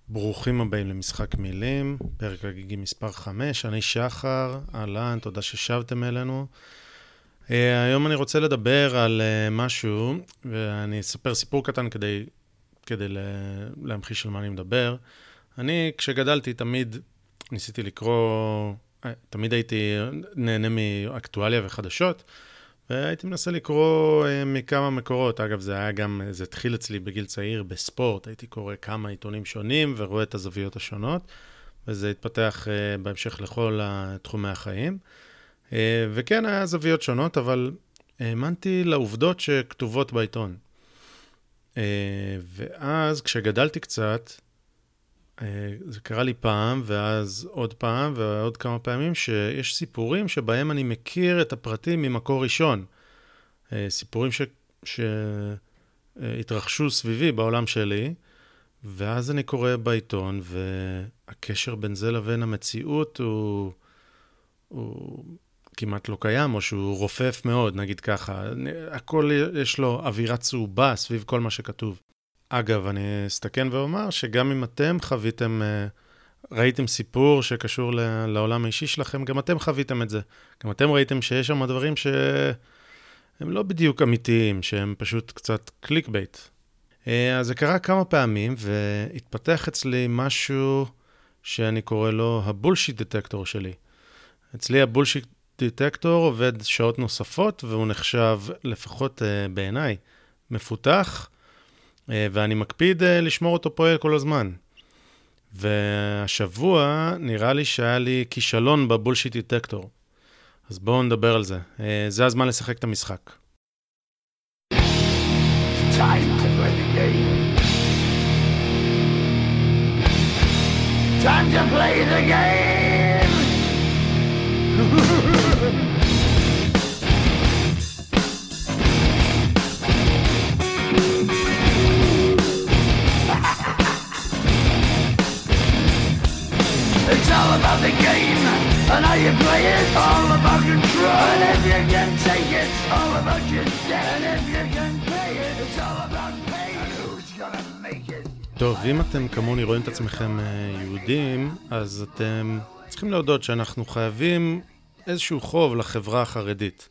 ברוכים הבאים למשחק מילים, פרק הגיגי מספר 5, אני שחר, אהלן, תודה ששבתם אלינו. היום אני רוצה לדבר על משהו, ואני אספר סיפור קטן כדי להמחיש על מה אני מדבר. אני, כשגדלתי, תמיד ניסיתי לקרוא, תמיד הייתי נהנה מאקטואליה וחדשות, והייתי מנסה לקרוא מכמה מקורות. אגב, זה התחיל אצלי בגיל צעיר בספורט. הייתי קורא כמה עיתונים שונים ורואה את הזוויות השונות, וזה התפתח בהמשך לכל תחומי החיים. וכן, היה זוויות שונות, אבל האמנתי לעובדות שכתובות בעיתון. ואז כשגדלתי קצת, זה קרה לי פעם, ואז עוד פעם, ועוד כמה פעמים, שיש סיפורים שבהם אני מכיר את הפרטים ממקור ראשון. סיפורים שהתרחשו סביבי בעולם שלי, ואז אני קורא בעיתון, והקשר בין זה לבין המציאות הוא כמעט לא קיים, או שהוא רופף מאוד, נגיד ככה. הכל יש לו אווירה צהובה סביב כל מה שכתוב. אגב, אני אסתכן ואומר שגם אם אתם ראיתם סיפור שקשור לעולם האישי שלכם, גם אתם חוויתם את זה. גם אתם ראיתם שיש שם דברים שהם לא בדיוק אמיתיים, שהם פשוט קצת קליק בייט. אז זה קרה כמה פעמים, והתפתח אצלי משהו שאני קורא לו הבולשיט דטקטור שלי. אצלי הבולשיט דטקטור עובד שעות נוספות, והוא נחשב לפחות בעיניי מפותח, ואני מקפיד לשמור אותו פועל כל הזמן. והשבוע נראה לי שהיה לי כישלון בבולשיט דטקטור. אז בואו נדבר על זה. זה הזמן לשחק את המשחק. Time to play the game. Time to play the game. It's all about the game and how you play it. All about control, and if you can take it, all about your debt. And if you can pay it, it's all about pay. And who's gonna make it? טוב, אם אתם כמוני רואים את עצמכם יהודים, אז אתם צריכים להודות שאנחנו חייבים איזשהו חוב לחברה החרדית.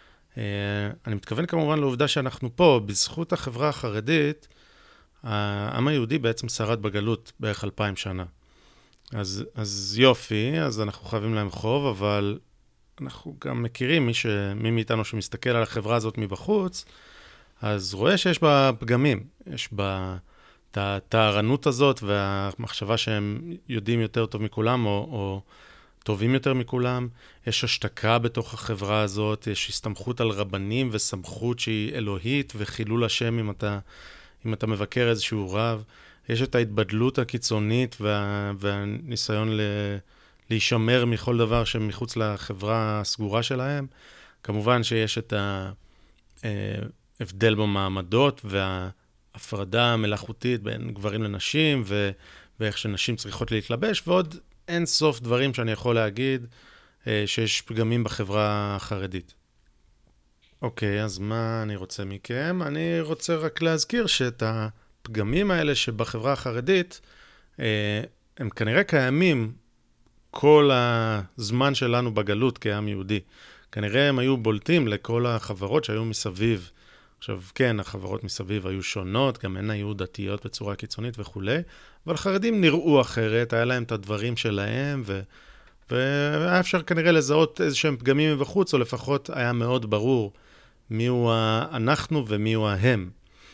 אני מתכוון כמובן לעובדה שאנחנו פה, בזכות החברה החרדית, העם היהודי בעצם שרד בגלות בערך 2000 שנה. אז יופי, אז אנחנו חייבים להם חוב, אבל אנחנו גם מכירים, מי מאיתנו שמסתכל על החברה הזאת מבחוץ, אז רואה שיש בה פגמים. יש בה את הטהרנות הזאת והמחשבה שהם יודעים יותר טוב מכולם, או טובים יותר מכולם. יש השתקה בתוך החברה הזאת, יש הסתמכות על רבנים וסמכות שהיא אלוהית וחילול השם אם אתה מבקר איזשהו רב. יש את ההתבדלות הקיצונית והניסיון להישמר מכל דבר שמחוץ לחברה הסגורה שלהם. כמובן שיש את ההבדל במעמדות וההפרדה המלאכותית בין גברים לנשים, ואיך שנשים צריכות להתלבש, ועוד אין סוף דברים שאני יכול להגיד שיש פגמים בחברה החרדית. אוקיי, אז מה אני רוצה מכם? אני רוצה רק להזכיר שאת הפגמים האלה שבחברה החרדית, הם כנראה קיימים כל הזמן שלנו בגלות כעם יהודי. כנראה הם היו בולטים לכל החברות שהיו מסביב. עכשיו, כן, החברות מסביב היו שונות, גם הן היו דתיות בצורה קיצונית וכו', אבל החרדים נראו אחרת, היה להם את הדברים שלהם, והיה אפשר כנראה לזהות איזשהם פגמים מבחוץ, או לפחות היה מאוד ברור מיהו אנחנו ומיהו ההם.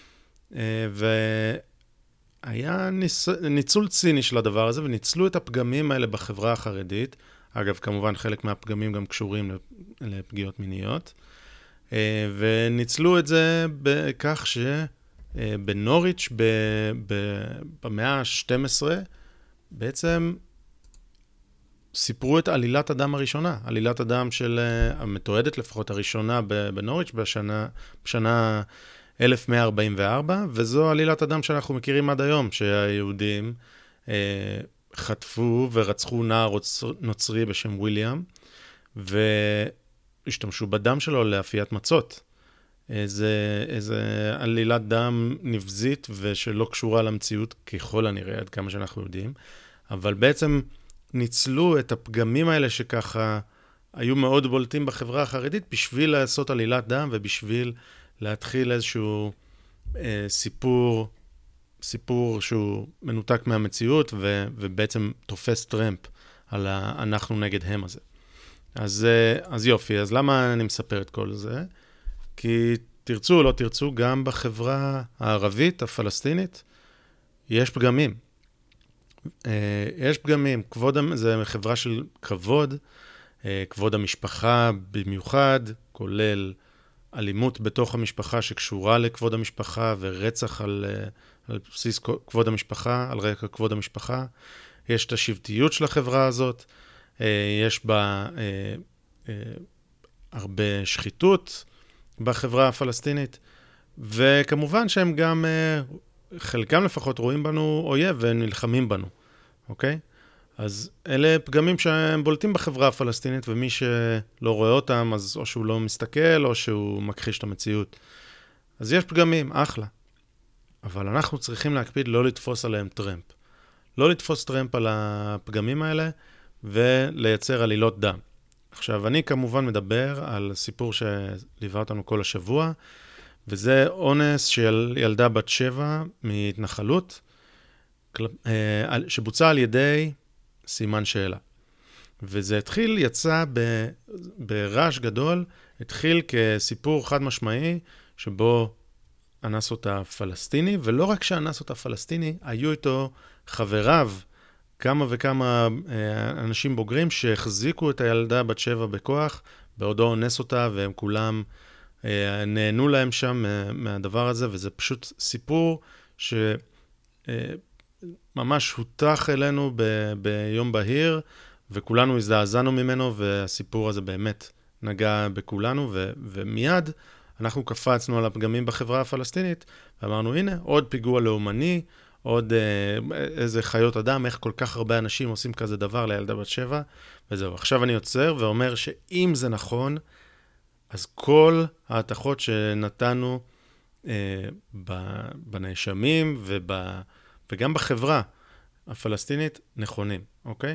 והיה ניצול ציני של הדבר הזה, וניצלו את הפגמים האלה בחברה החרדית. אגב, כמובן, חלק מהפגמים גם קשורים לפגיעות מיניות. וניצלו את זה בכך שבנוריץ' במאה ה-12 בעצם סיפרו את עלילת הדם הראשונה, עלילת הדם של המתועדת לפחות הראשונה בנוריץ' בשנה 1144, וזו עלילת הדם שאנחנו מכירים עד היום, שהיהודים חטפו ורצחו נער נוצרי בשם וויליאם, והשתמשו בדם שלו לאפיית מצות. איזה עלילת דם נבזית ושלא קשורה למציאות ככל הנראה, עד כמה שאנחנו יודעים. אבל בעצם ניצלו את הפגמים האלה שככה היו מאוד בולטים בחברה החרדית בשביל לעשות עלילת דם ובשביל להתחיל איזשהו סיפור שהוא מנותק מהמציאות ובעצם תופס טרמפ על אנחנו נגד הם הזה. אז יופי, אז למה אני מספר את כל זה? כי תרצו או לא תרצו, גם בחברה הערבית, הפלסטינית, יש פגמים. יש פגמים. זה חברה של כבוד, כבוד המשפחה במיוחד, כולל אלימות בתוך המשפחה שקשורה לכבוד המשפחה, ורצח על בסיס כבוד המשפחה, על רקע כבוד המשפחה. יש את השבטיות של החברה הזאת, יש בה הרבה שחיתות בחברה הפלסטינית, וכמובן שהם גם, חלקם לפחות רואים בנו אויב ונלחמים בנו, אוקיי? אז אלה פגמים שהם בולטים בחברה הפלסטינית, ומי שלא רואה אותם, אז או שהוא לא מסתכל, או שהוא מכחיש את המציאות. אז יש פגמים, אחלה. אבל אנחנו צריכים להקפיד לא לתפוס עליהם טרמפ. לא לתפוס טרמפ על הפגמים האלה, ולייצר עלילות דם. עכשיו, אני כמובן מדבר על סיפור שליווה אותנו כל השבוע, וזה אונס של ילדה בת 7 מהתנחלות, שבוצע על ידי סימן שאלה. וזה יצא ברעש גדול, התחיל כסיפור חד משמעי, שבו אנס אותה פלסטיני, ולא רק שאנס אותה פלסטיני, היו איתו חבריו, כמה וכמה אנשים בוגרים שהחזיקו את הילדה בת 7 בכוח, בעודו אונס אותה, והם כולם נהנו להם שם מהדבר הזה, וזה פשוט סיפור שממש הותח אלינו ביום בהיר, וכולנו הזדעזענו ממנו, והסיפור הזה באמת נגע בכולנו, ומיד אנחנו קפצנו על הפגמים בחברה הפלסטינית, ואמרנו, הנה, עוד פיגוע לאומני, עוד איזה חיות אדם, איך כל כך הרבה אנשים עושים כזה דבר לילדה בת 7, וזהו. עכשיו אני יוצר ואומר שאם זה נכון, אז כל ההתחות שנתנו בנאשמים וגם בחברה הפלסטינית נכונים, אוקיי?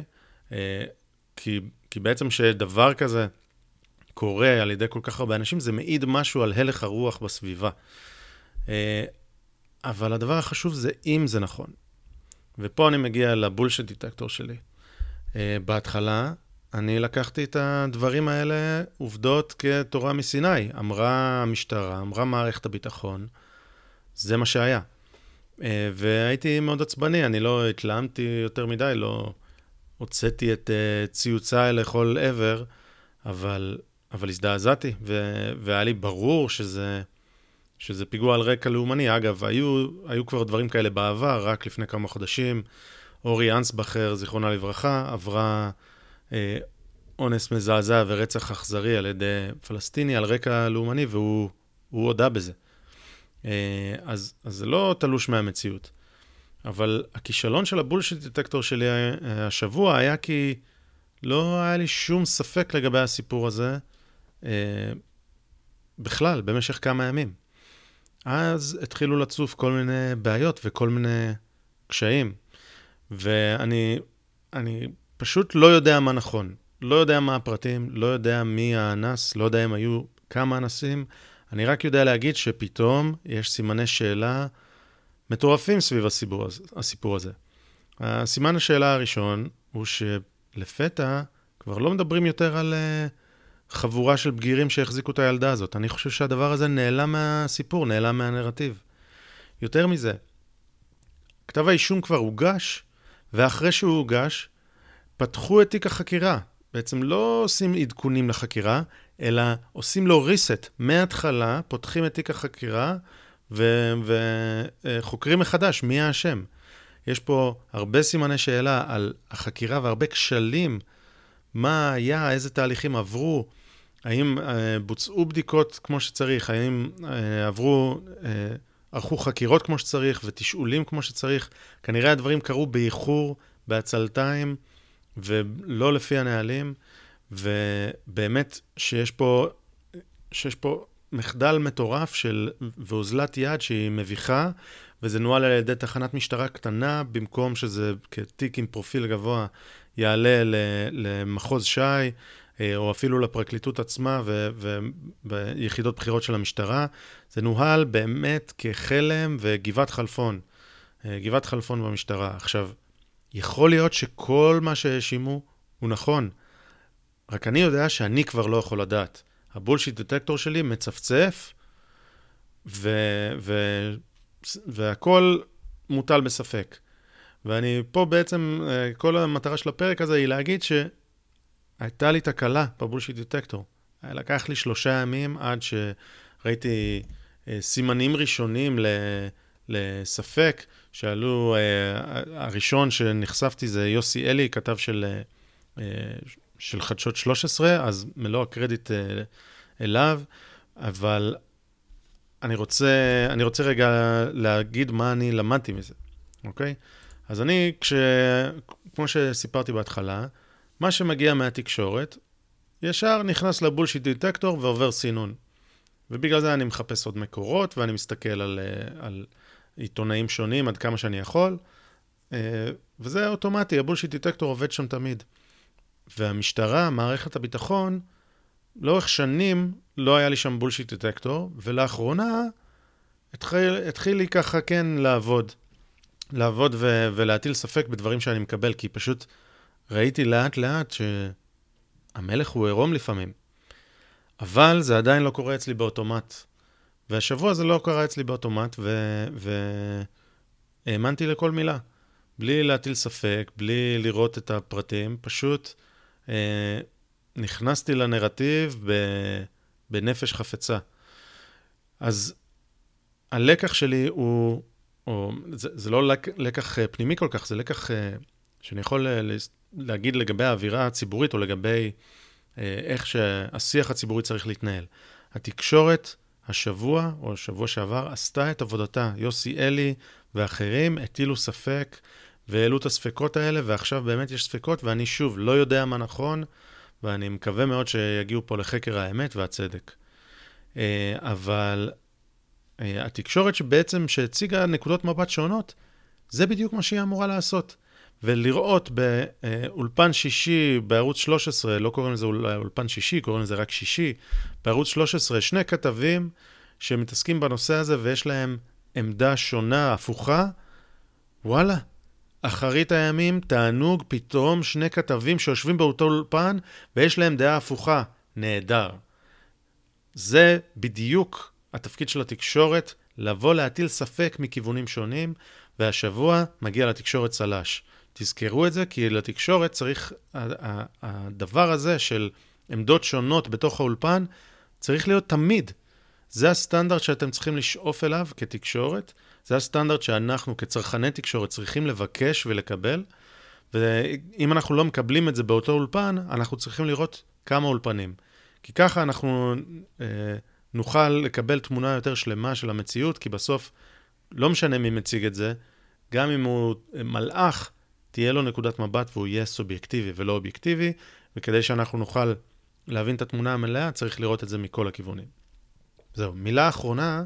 כי בעצם שדבר כזה קורה על ידי כל כך הרבה אנשים, זה מעיד משהו על הלך הרוח בסביבה. אבל הדבר החשוב זה אם זה נכון. ופה אני מגיע לבולשיט דיטקטור שלי. בהתחלה, אני לקחתי את הדברים האלה, עובדות כתורה מסיני. אמרה המשטרה, אמרה מערכת הביטחון, זה מה שהיה. והייתי מאוד עצבני, אני לא התלהמתי יותר מדי, לא הוצאתי את ציוציי לכל עבר, אבל הזדעזעתי, והיה לי ברור שזה פיגוע על רקע לאומני. אגב, היו כבר דברים כאלה בעבר, רק לפני כמה חודשים. אורי אנסבכר, זיכרונה לברכה, עברה אונס מזעזע ורצח אכזרי על ידי פלסטיני על רקע לאומני, והוא הודע בזה. אז זה לא תלוש מהמציאות. אבל הכישלון של הבולשיט דיטקטור שלי השבוע היה כי לא היה לי שום ספק לגבי הסיפור הזה בכלל, במשך כמה ימים. אז התחילו לצוף כל מיני בעיות וכל מיני קשיים. ואני פשוט לא יודע מה נכון. לא יודע מה הפרטים, לא יודע מי האנס, לא יודע אם היו כמה אנסים. אני רק יודע להגיד שפתאום יש סימני שאלה מטורפים סביב הסיפור הזה. הסימן השאלה הראשון הוא שלפתע כבר לא מדברים יותר על חבורה של בגירים שהחזיקו את הילדה הזאת. אני חושב שהדבר הזה נעלם מהסיפור, נעלם מהנרטיב. יותר מזה, כתב האישום כבר הוגש, ואחרי שהוא הוגש, פתחו את תיק החקירה. בעצם לא עושים עדכונים לחקירה, אלא עושים לו ריסט. מההתחלה פותחים את תיק החקירה, וחוקרים מחדש מי האשם. יש פה הרבה סימני שאלה על החקירה והרבה כשלים. מה היה, איזה תהליכים עברו, האם בוצעו בדיקות כמו שצריך, האם ערכו חקירות כמו שצריך ותשאולים כמו שצריך. כנראה הדברים קרו באיחור, בעצלתיים, ולא לפי הנהלים, ובאמת שיש פה מחדל מטורף ואוזלת יד שהיא מביכה, וזה נועל על ידי תחנת משטרה קטנה, במקום שזה כתיק עם פרופיל גבוה יעלה למחוז שי, או אפילו לפרקליטות עצמה וביחידות בחירות של המשטרה. זה נוהל באמת כחלם וגבעת חלפון. גבעת חלפון במשטרה. עכשיו, יכול להיות שכל מה שהאשימו הוא נכון, רק אני יודע שאני כבר לא יכול לדעת. הבולשיט דטקטור שלי מצפצף, והכל מוטל בספק. ואני פה בעצם, כל המטרה של הפרק הזה היא להגיד שהייתה לי תקלה בבולשיט דטקטור. לקח לי 3 ימים עד שראיתי סימנים ראשונים לספק, שעלו, הראשון שנחשפתי זה יוסי אלי, כתב של חדשות 13, אז מלוא הקרדיט אליו, אבל אני רוצה רגע להגיד מה אני למדתי מזה, אוקיי? אז אני, כמו שסיפרתי בהתחלה, מה שמגיע מהתקשורת, ישר נכנס לבולשיט דטקטור ועובר סינון. ובגלל זה אני מחפש עוד מקורות, ואני מסתכל על עיתונאים שונים עד כמה שאני יכול, וזה אוטומטי, הבולשיט דטקטור עובד שם תמיד. והמשטרה, מערכת הביטחון, לאורך שנים לא היה לי שם בולשיט דטקטור, ולאחרונה התחיל לי ככה כן לעבוד ולהטיל ספק בדברים שאני מקבל, כי פשוט ראיתי לאט לאט שהמלך הוא עירום לפעמים. אבל זה עדיין לא קורה אצלי באוטומט. והשבוע זה לא קרה אצלי באוטומט, והאמנתי לכל מילה. בלי להטיל ספק, בלי לראות את הפרטים, פשוט נכנסתי לנרטיב בנפש חפצה. אז הלקח שלי הוא, זה לא לקח פנימי כל כך, זה לקח שאני יכול להגיד לגבי האווירה הציבורית, או לגבי איך שהשיח הציבורי צריך להתנהל. התקשורת השבוע, או השבוע שעבר, עשתה את עבודתה. יוסי אלי ואחרים הטילו ספק, והעלו את הספקות האלה, ועכשיו באמת יש ספקות, ואני שוב לא יודע מה נכון, ואני מקווה מאוד שיגיעו פה לחקר האמת והצדק. אבל התקשורת שבעצם שהציגה נקודות מבט שונות, זה בדיוק מה שהיא אמורה לעשות. ולראות באולפן שישי, בערוץ 13, לא קוראים לזה אולפן שישי, קוראים לזה רק שישי, בערוץ 13, 2 כתבים שמתעסקים בנושא הזה, ויש להם עמדה שונה, הפוכה, וואלה, אחרית הימים, תענוג, פתאום 2 כתבים שיושבים באותו אולפן, ויש להם דעה הפוכה, נהדר. זה בדיוק התפקיד של התקשורת, לבוא להטיל ספק מכיוונים שונים, והשבוע מגיע לתקשורת צלש. תזכרו את זה, כי לתקשורת צריך, הדבר הזה של עמדות שונות בתוך האולפן, צריך להיות תמיד. זה הסטנדרט שאתם צריכים לשאוף אליו כתקשורת, זה הסטנדרט שאנחנו כצרכני תקשורת צריכים לבקש ולקבל, ואם אנחנו לא מקבלים את זה באותו אולפן, אנחנו צריכים לראות כמה אולפנים. כי ככה אנחנו נוכל לקבל תמונה יותר שלמה של המציאות, כי בסוף לא משנה מי מציג את זה, גם אם הוא מלאך, תהיה לו נקודת מבט והוא יהיה סובייקטיבי ולא אובייקטיבי, וכדי שאנחנו נוכל להבין את התמונה המלאה, צריך לראות את זה מכל הכיוונים. זהו, מילה אחרונה,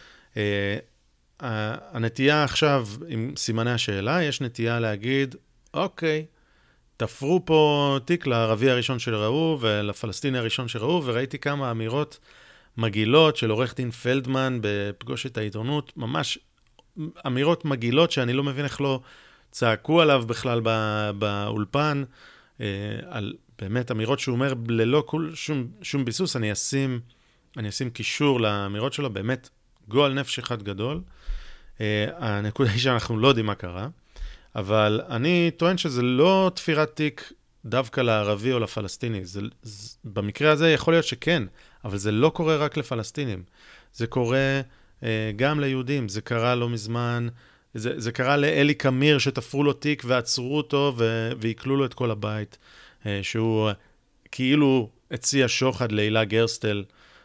הנטייה עכשיו עם סימני השאלה, יש נטייה להגיד, אוקיי, תפרו פה תיק לערבי הראשון שראו ולפלסטיני הראשון שראו, וראיתי כמה אמירות מגילות של עורך דין פלדמן בפגושת העיתונות, ממש אמירות מגילות שאני לא מבין איך לא צעקו עליו בכלל באולפן, על באמת אמירות שהוא אומר ללא שום ביסוס, אני אשים קישור לאמירות שלו, באמת גועל נפש אחד גדול. הנקודה היא שאנחנו לא יודעים מה קרה, אבל אני טוען שזה לא תפירת תיק דווקא לערבי או לפלסטיני. במקרה הזה יכול להיות שכן, אבל זה לא קורה רק לפלסטינים. זה קורה גם ליהודים. זה קרה לא מזמן, זה קרה לאלי קמיר שתפרו לו תיק ועצרו אותו ויקלו לו את כל הבית, שהוא כאילו הציע שוחד להילה גרסטל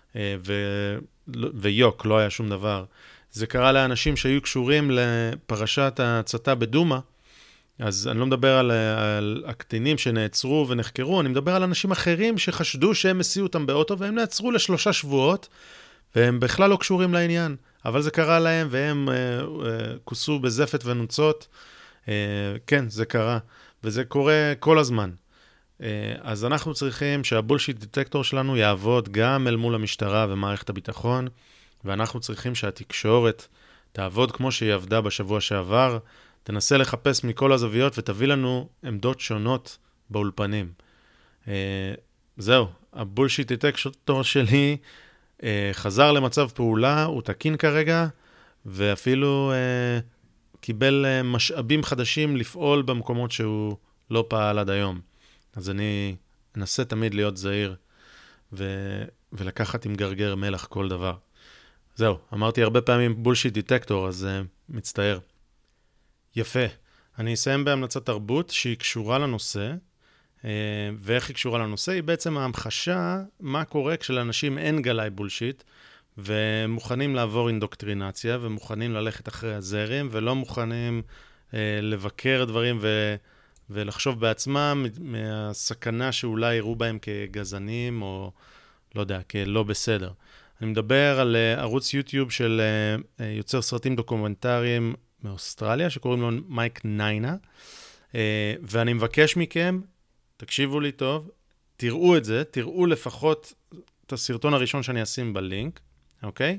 ויוק, לא היה שום דבר. זה קרה לאנשים שהיו קשורים לפרשת ההצתה בדומה, אז אני לא מדבר על הקטינים שנעצרו ונחקרו, אני מדבר על אנשים אחרים שחשדו שהם הסיעו אותם באוטו, והם נעצרו ל3 שבועות, והם בכלל לא קשורים לעניין, אבל זה קרה להם, והם כוסו בזפת ונוצות. כן, זה קרה, וזה קורה כל הזמן. אז אנחנו צריכים שהבולשיט דיטקטור שלנו יעבוד גם אל מול המשטרה ומערכת הביטחון, ואנחנו צריכים שהתקשורת תעבוד כמו שהיא עבדה בשבוע שעבר, תנסה לחפש מכל הזוויות ותביא לנו עמדות שונות באולפנים. זהו, הבולשיט דיטקטור שלי חזר למצב פעולה, הוא תקין כרגע, ואפילו קיבל משאבים חדשים לפעול במקומות שהוא לא פעל עד היום. אז אני אנסה תמיד להיות זהיר ולקחת עם גרגר מלח כל דבר. זהו, אמרתי הרבה פעמים בולשיט דיטקטור, אז מצטער. יפה. אני אסיים בהמלצת תרבות שהיא קשורה לנושא, ואיך היא קשורה לנושא? היא בעצם ההמחשה מה קורה כשלאנשים אין גלי בולשיט, ומוכנים לעבור אינדוקטרינציה, ומוכנים ללכת אחרי הזרם, ולא מוכנים לבקר דברים ולחשוב בעצמם מהסכנה שאולי יראו בהם כגזענים, או לא יודע, כלא בסדר. אני מדבר על ערוץ יוטיוב של יוצר סרטים דוקומנטריים מאוסטרליה, שקוראים לו מייק ניינה, ואני מבקש מכם, תקשיבו לי טוב, תראו את זה, תראו לפחות את הסרטון הראשון שאני אשים בלינק, אוקיי?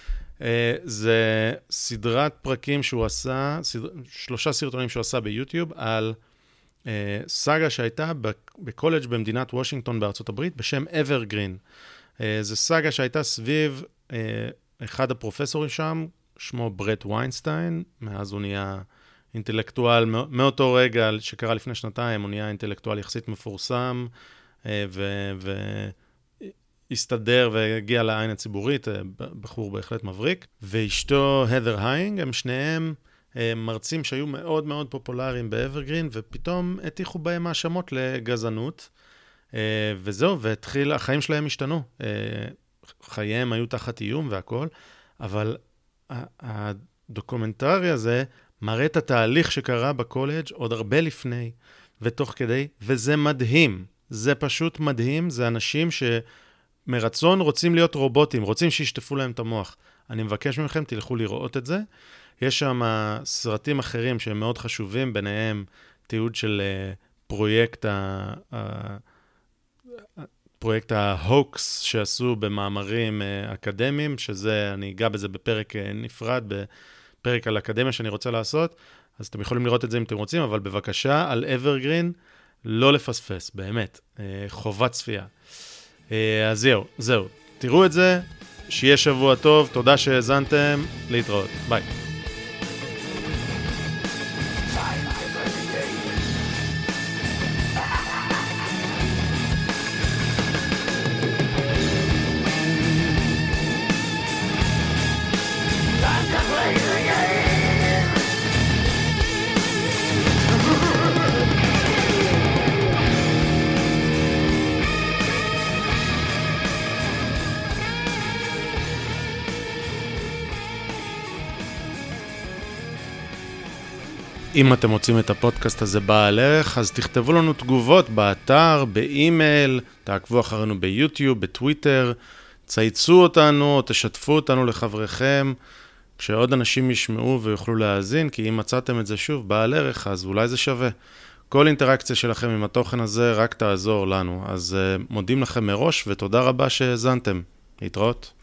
זה סדרת פרקים שהוא עשה, 3 סרטונים שהוא עשה ביוטיוב, על סאגה שהייתה בקולג' במדינת וושינגטון בארצות הברית, בשם אברגרין. זה סאגה שהייתה סביב אחד הפרופסורים שם, שמו ברט ויינסטיין, מאז הוא נהיה אינטלקטואל, מאותו רגע שקרה לפני 2 הוא נהיה אינטלקטואל יחסית מפורסם, והסתדר והגיע לעין הציבורית, בחור בהחלט מבריק, ואשתו הדר היינג, הם שניהם מרצים שהיו מאוד מאוד פופולריים באברגרין, ופתאום הטיחו בהם האשמות לגזענות, וזהו, החיים שלהם השתנו. חייהם היו תחת איום והכל, אבל הדוקומנטרי הזה מראה את התהליך שקרה בקולג' עוד הרבה לפני ותוך כדי, וזה מדהים. זה פשוט מדהים, זה אנשים שמרצון רוצים להיות רובוטים, רוצים שישטפו להם את המוח. אני מבקש מכם, תלכו לראות את זה. יש שם סרטים אחרים שהם מאוד חשובים, ביניהם תיעוד של פרויקט ההוקס שעשו במאמרים אקדמיים, שזה, אני אגע בזה בפרק נפרד, בפרק על אקדמיה שאני רוצה לעשות, אז אתם יכולים לראות את זה אם אתם רוצים, אבל בבקשה, על אברגרין, לא לפספס, באמת, חובת צפייה. אז זהו, תראו את זה, שיהיה שבוע טוב, תודה שהאזנתם, להתראות, ביי. אם אתם רוצים את הפודקאסט הזה בעל ערך, אז תכתבו לנו תגובות באתר, באימייל, תעקבו אחרינו ביוטיוב, בטוויטר, צייצו אותנו או תשתפו אותנו לחבריכם, כשעוד אנשים ישמעו ויוכלו להאזין, כי אם מצאתם את זה שוב בעל ערך, אז אולי זה שווה. כל אינטראקציה שלכם עם התוכן הזה רק תעזור לנו, אז מודים לכם מראש ותודה רבה שהאזנתם. להתראות.